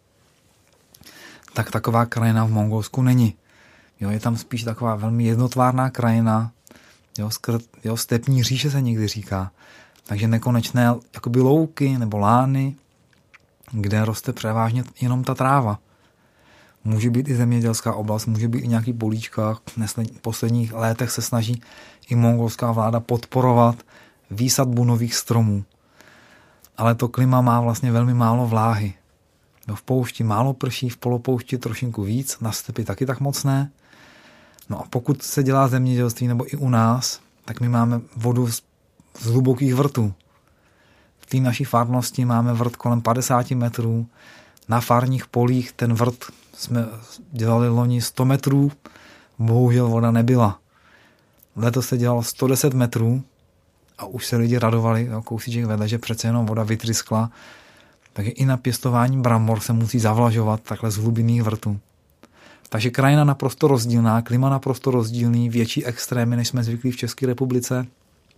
tak taková krajina v Mongolsku není. Jo, je tam spíš taková velmi jednotvárná krajina, jo, stepní říše se někdy říká. Takže nekonečné jakoby louky nebo lány, kde roste převážně jenom ta tráva. Může být i zemědělská oblast, může být i nějaký políčka. V posledních letech se snaží i mongolská vláda podporovat výsadbu nových stromů. Ale to klima má vlastně velmi málo vláhy. V poušti málo prší, v polopoušti trošinku víc, na stepi taky tak moc ne. No a pokud se dělá zemědělství nebo i u nás, tak my máme vodu z hlubokých vrtů. V té naší farnosti máme vrt kolem 50 metrů. Na farních polích ten vrt jsme dělali loni 100 metrů, bohužel voda nebyla. Letos se dělalo 110 metrů a už se lidi radovali, kousíček vedle, že přece jenom voda vytryskla. Takže i na pěstování brambor se musí zavlažovat takhle z hlubinných vrtů. Takže krajina naprosto rozdílná, klima naprosto rozdílný, větší extrémy, než jsme zvyklí v České republice.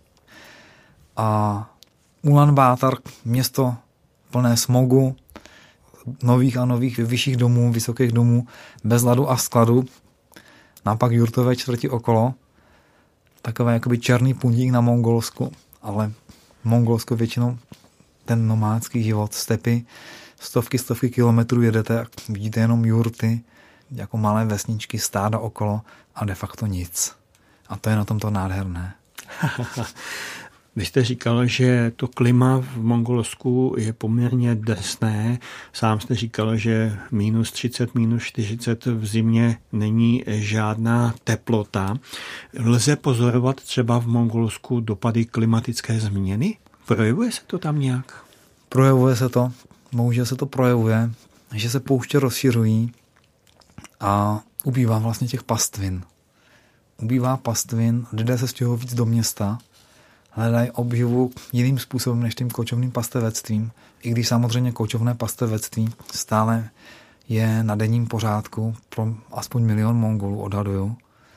A Ulan Bátar, město plné smogu, nových a nových vyšších domů, vysokých domů, bez ladu a skladu, naopak jurtové čtvrti okolo, takové jakoby černý puntík na Mongolsku, ale Mongolsko většinou ten nomádský život, stepy, stovky kilometrů jedete a vidíte jenom jurty, jako malé vesničky, stáda okolo a de facto nic. A to je na tomto nádherné. Vy jste říkal, že to klima v Mongolsku je poměrně drsné. Sám jste říkal, že -30, -40 v zimě není žádná teplota. Lze pozorovat třeba v Mongolsku dopady klimatické změny? Projevuje se to tam nějak? Projevuje se to. Bohužel se to projevuje, že se pouště rozšiřují a ubývá vlastně těch pastvin. Ubývá pastvin, lidé se stěhují víc do města, hledají obživu jiným způsobem než tím kočovným pastevectvím, i když samozřejmě kočovné pastevectví stále je na denním pořádku pro aspoň 1 milion Mongolů, odhaduju.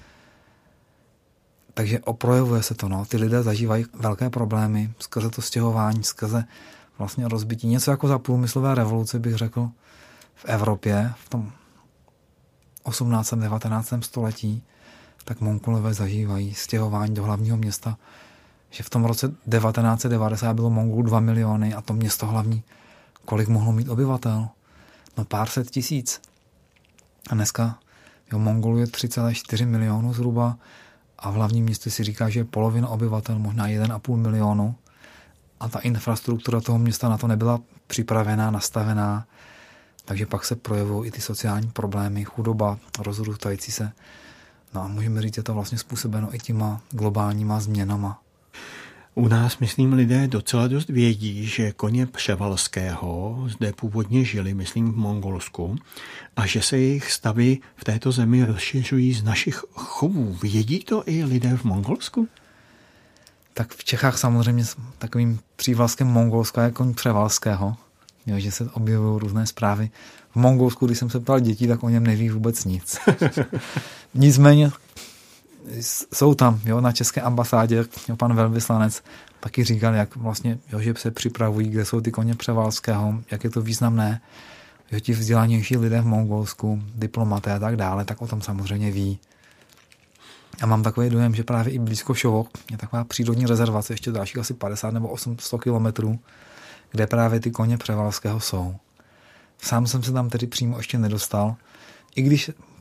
Takže projevuje se to, no. Ty lidé zažívají velké problémy skrze to stěhování, skrze vlastně rozbití. Něco jako za průmyslové revoluce, bych řekl, v Evropě, v tom 18. 19. století, tak Mongolové zažívají stěhování do hlavního města, že v tom roce 1990 bylo Mongolů 2 miliony a to město hlavní, kolik mohlo mít obyvatel? No pár set tisíc. A dneska Mongolů je 3,4 milionu zhruba a v hlavním městě si říká, že je polovina obyvatel, možná 1,5 milionu. A ta infrastruktura toho města na to nebyla připravená, nastavená. Takže pak se projevují i ty sociální problémy, chudoba, rozrůstající se. No a můžeme říct, že to vlastně způsobeno i těma globálníma změnama. U nás, myslím, lidé docela dost vědí, že koně Převalského zde původně žili, myslím, v Mongolsku, a že se jejich stavy v této zemi rozšiřují z našich chovů. Vědí to i lidé v Mongolsku? Tak v Čechách samozřejmě takovým přívlastkem Mongolska je koň Převalského, že se objevují různé zprávy. V Mongolsku, když jsem se ptal dětí, tak o něm neví vůbec nic. Nicméně jsou tam, na české ambasádě, pan velvyslanec taky říkal, jak vlastně, že se připravují, kde jsou ty koně Převalského, jak je to významné, že ti vzdělanější lidé v Mongolsku, diplomaté a tak dále, tak o tom samozřejmě ví. A mám takový dojem, že právě i blízko Šovok je taková přírodní rezervace, ještě dalších asi 50 nebo 800 kilometrů, kde právě ty koně Převalského jsou. Sám jsem se tam tedy přímo ještě nedostal, i když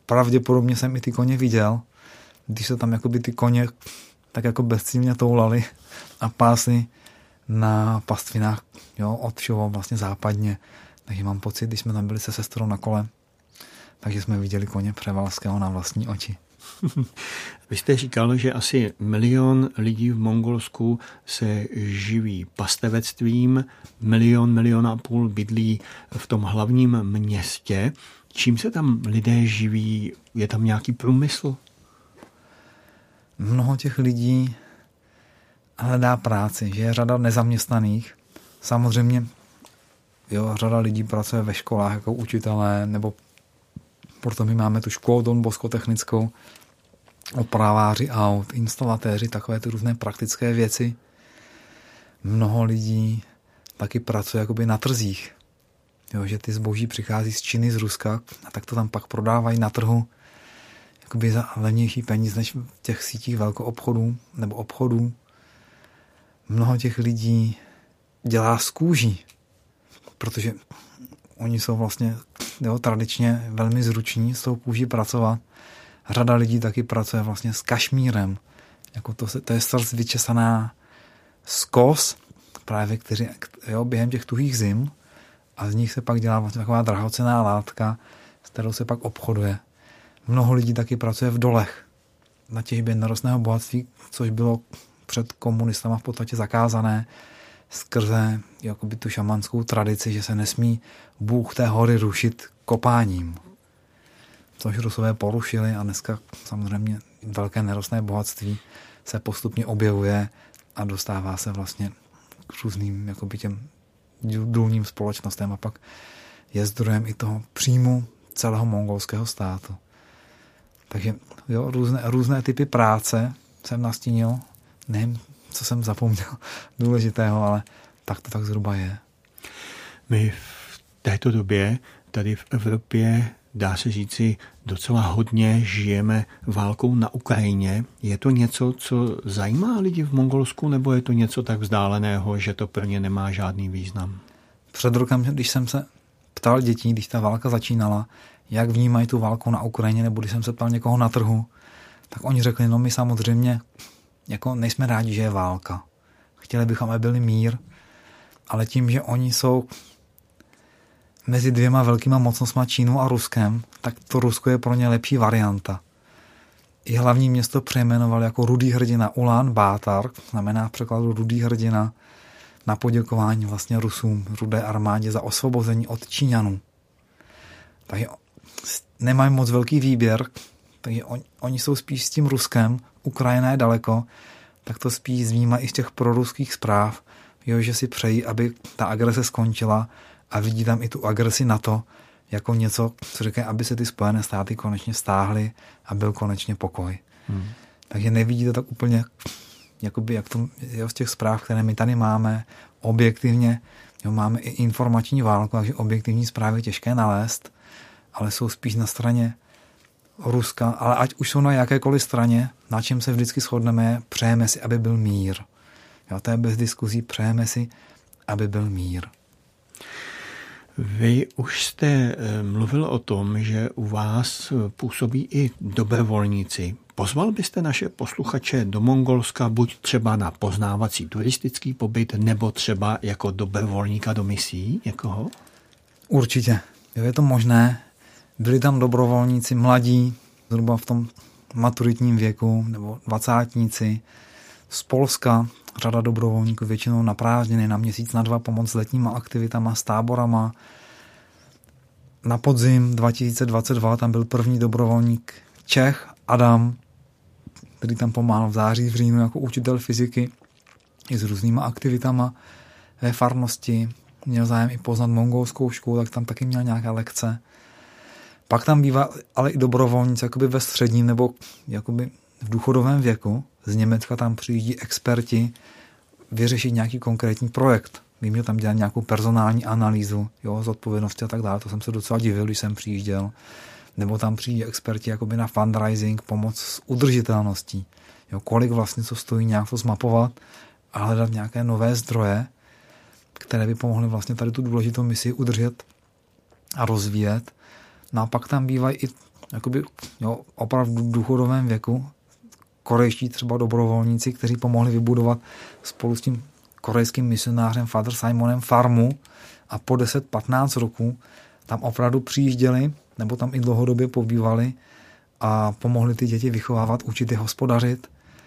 pravděpodobně jsem i ty koně viděl, když se tam jakoby ty koně tak jako bezcílně toulali a pásli na pastvinách, jo, od všeho vlastně západně. Takže mám pocit, když jsme tam byli se sestrou na kole, takže jsme viděli koně Převalského na vlastní oči. Vy jste říkal, že asi 1 milion lidí v Mongolsku se živí pastevectvím, 1,5 milionu bydlí v tom hlavním městě. Čím se tam lidé živí? Je tam nějaký průmysl? Mnoho těch lidí hledá práci, že je řada nezaměstnaných. Samozřejmě jo, řada lidí pracuje ve školách jako učitelé, nebo proto my máme tu školu Don Bosco technickou, opraváři aut, instalatéři, takové ty různé praktické věci. Mnoho lidí taky pracuje jakoby na trzích. Jo, že ty zboží přichází z Číny, z Ruska a tak to tam pak prodávají na trhu jakoby za levnější peníze než v těch sítích velkoobchodů nebo obchodů. Mnoho těch lidí dělá z kůží, protože oni jsou vlastně tradičně velmi zruční s tou kůží pracovat. Řada lidí taky pracuje vlastně s kašmírem. Jako to je srst vyčesaná z kos, právě během těch tuhých zim, a z nich se pak dělá vlastně taková drahocenná látka, s kterou se pak obchoduje. Mnoho lidí taky pracuje v dolech na těžbě nerostného bohatství, což bylo před komunistama v podstatě zakázané skrze jakoby tu šamanskou tradici, že se nesmí bůh té hory rušit kopáním. Což Rusové porušili a dneska samozřejmě velké nerostné bohatství se postupně objevuje a dostává se vlastně k různým jakoby těm důlním společnostem a pak je zdrojem i toho příjmu celého mongolského státu. Takže jo, různé typy práce jsem nastínil. Nevím, co jsem zapomněl důležitého, ale tak to tak zhruba je. My v této době tady v Evropě, dá se říci, docela hodně žijeme válkou na Ukrajině. Je to něco, co zajímá lidi v Mongolsku, nebo je to něco tak vzdáleného, že to pro ně nemá žádný význam? Před rokem, když jsem se ptal dětí, když ta válka začínala, jak vnímají tu válku na Ukrajině, nebo když jsem se ptal někoho na trhu, tak oni řekli, no my samozřejmě jako nejsme rádi, že je válka. Chtěli bychom, aby byl mír, ale tím, že oni jsou mezi dvěma velkýma mocnostma Čínou a Ruskem, tak to Rusko je pro ně lepší varianta. I hlavní město přejmenoval jako Rudý hrdina Ulan Bátar, znamená v překladu Rudý hrdina, na poděkování vlastně Rusům, Rudé armádě za osvobození od Číňanů. Takže nemají moc velký výběr, takže oni jsou spíš s tím Ruskem, Ukrajina je daleko, tak to spíš zvnímají i z těch proruských zpráv, jo, že si přejí, aby ta agrese skončila a vidí tam i tu agresi NATO jako něco, co říkají, aby se ty Spojené státy konečně stáhly a byl konečně pokoj. Takže nevidí to tak úplně, jakoby, jak to je z těch zpráv, které my tady máme, objektivně, jo, máme i informační válku, takže objektivní zprávy je těžké nalézt, ale jsou spíš na straně Ruska, ale ať už jsou na jakékoliv straně, na čem se vždycky shodneme, přejeme si, aby byl mír. Jo, to je bez diskuzí, přejeme si, aby byl mír. Vy už jste mluvil o tom, že u vás působí i dobrovolníci. Pozval byste naše posluchače do Mongolska buď třeba na poznávací turistický pobyt, nebo třeba jako dobrovolníka do misí někoho? Určitě. Jo, je to možné. Byli tam dobrovolníci mladí, zhruba v tom maturitním věku, nebo dvacátníci. Z Polska řada dobrovolníků, většinou na prázdniny, na měsíc, na 2 pomoc s letníma aktivitama, s táborama. Na podzim 2022 tam byl první dobrovolník Čech, Adam, který tam pomáhal v září, v říjnu jako učitel fyziky i s různýma aktivitama ve farnosti. Měl zájem i poznat mongolskou školu, tak tam taky měl nějaké lekce. Pak tam bývá ale i dobrovolníci jakoby ve středním nebo jakoby v důchodovém věku. Z Německa tam přijíždí experti vyřešit nějaký konkrétní projekt. Vím, že tam dělá nějakou personální analýzu, jo, zodpovědnosti a tak dále. To jsem se docela divil, když jsem přijížděl. Nebo tam přijíždí experti jakoby na fundraising, pomoc s udržitelností. Jo, kolik vlastně co stojí nějak to zmapovat a hledat nějaké nové zdroje, které by pomohly vlastně tady tu důležitou misi udržet a rozvíjet. No a pak tam bývají i jakoby, opravdu v důchodovém věku, korejští třeba dobrovolníci, kteří pomohli vybudovat spolu s tím korejským misionářem Father Simonem farmu a po 10-15 roků tam opravdu přijížděli, nebo tam i dlouhodobě pobývali a pomohli ty děti vychovávat, učit je hospodařit.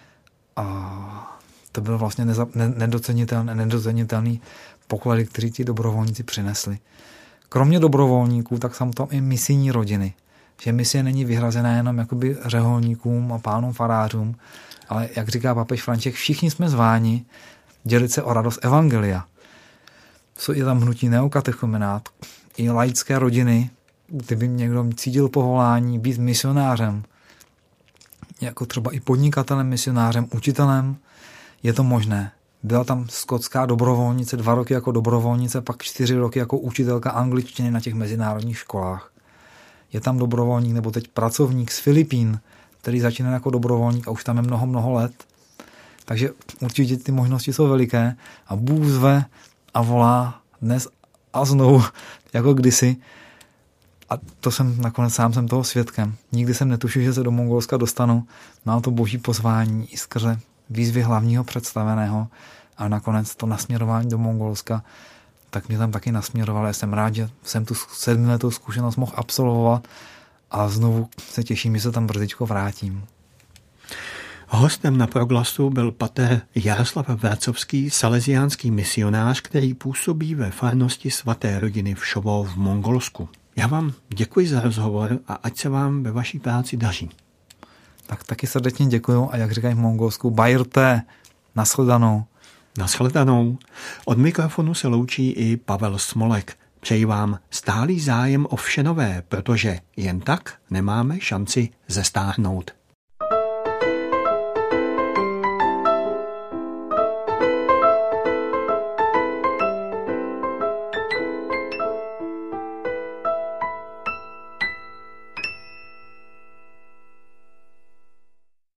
A to byl vlastně nedocenitelný poklady, který ti dobrovolníci přinesli. Kromě dobrovolníků, tak jsou tam i misijní rodiny. Že misie není vyhrazená jenom jakoby řeholníkům a pánům farářům, ale jak říká papež František, všichni jsme zváni dělit se o radost evangelia. Je tam hnutí neokatechumenát, i laické rodiny, kdyby někdo cítil povolání být misionářem, jako třeba i podnikatelem, misionářem, učitelem, je to možné. Byla tam skotská dobrovolnice 2 roky jako dobrovolnice, pak 4 roky jako učitelka angličtiny na těch mezinárodních školách. Je tam dobrovolník nebo teď pracovník z Filipín, který začíná jako dobrovolník a už tam je mnoho let. Takže určitě ty možnosti jsou veliké a Bůh zve a volá dnes a znovu, jako kdysi. A to jsem nakonec sám jsem toho svědkem. Nikdy jsem netušil, že se do Mongolska dostanu. Mám to boží pozvání i skrze výzvy hlavního představeného a nakonec to nasměrování do Mongolska, tak mě tam taky nasměrovalo. Já jsem rád, že jsem tu 7letou zkušenost mohl absolvovat a znovu se těším, že se tam brzičko vrátím. Hostem na Proglasu byl pater Jaroslav Vracovský, salesiánský misionář, který působí ve farnosti svaté rodiny v Šovo v Mongolsku. Já vám děkuji za rozhovor a ať se vám ve vaší práci daří. Tak taky srdečně děkuju a jak říkají v Mongolsku, bajrte, nashledanou. Nashledanou. Od mikrofonu se loučí i Pavel Smolek. Přeji vám stálý zájem o vše nové, protože jen tak nemáme šanci zestárnout.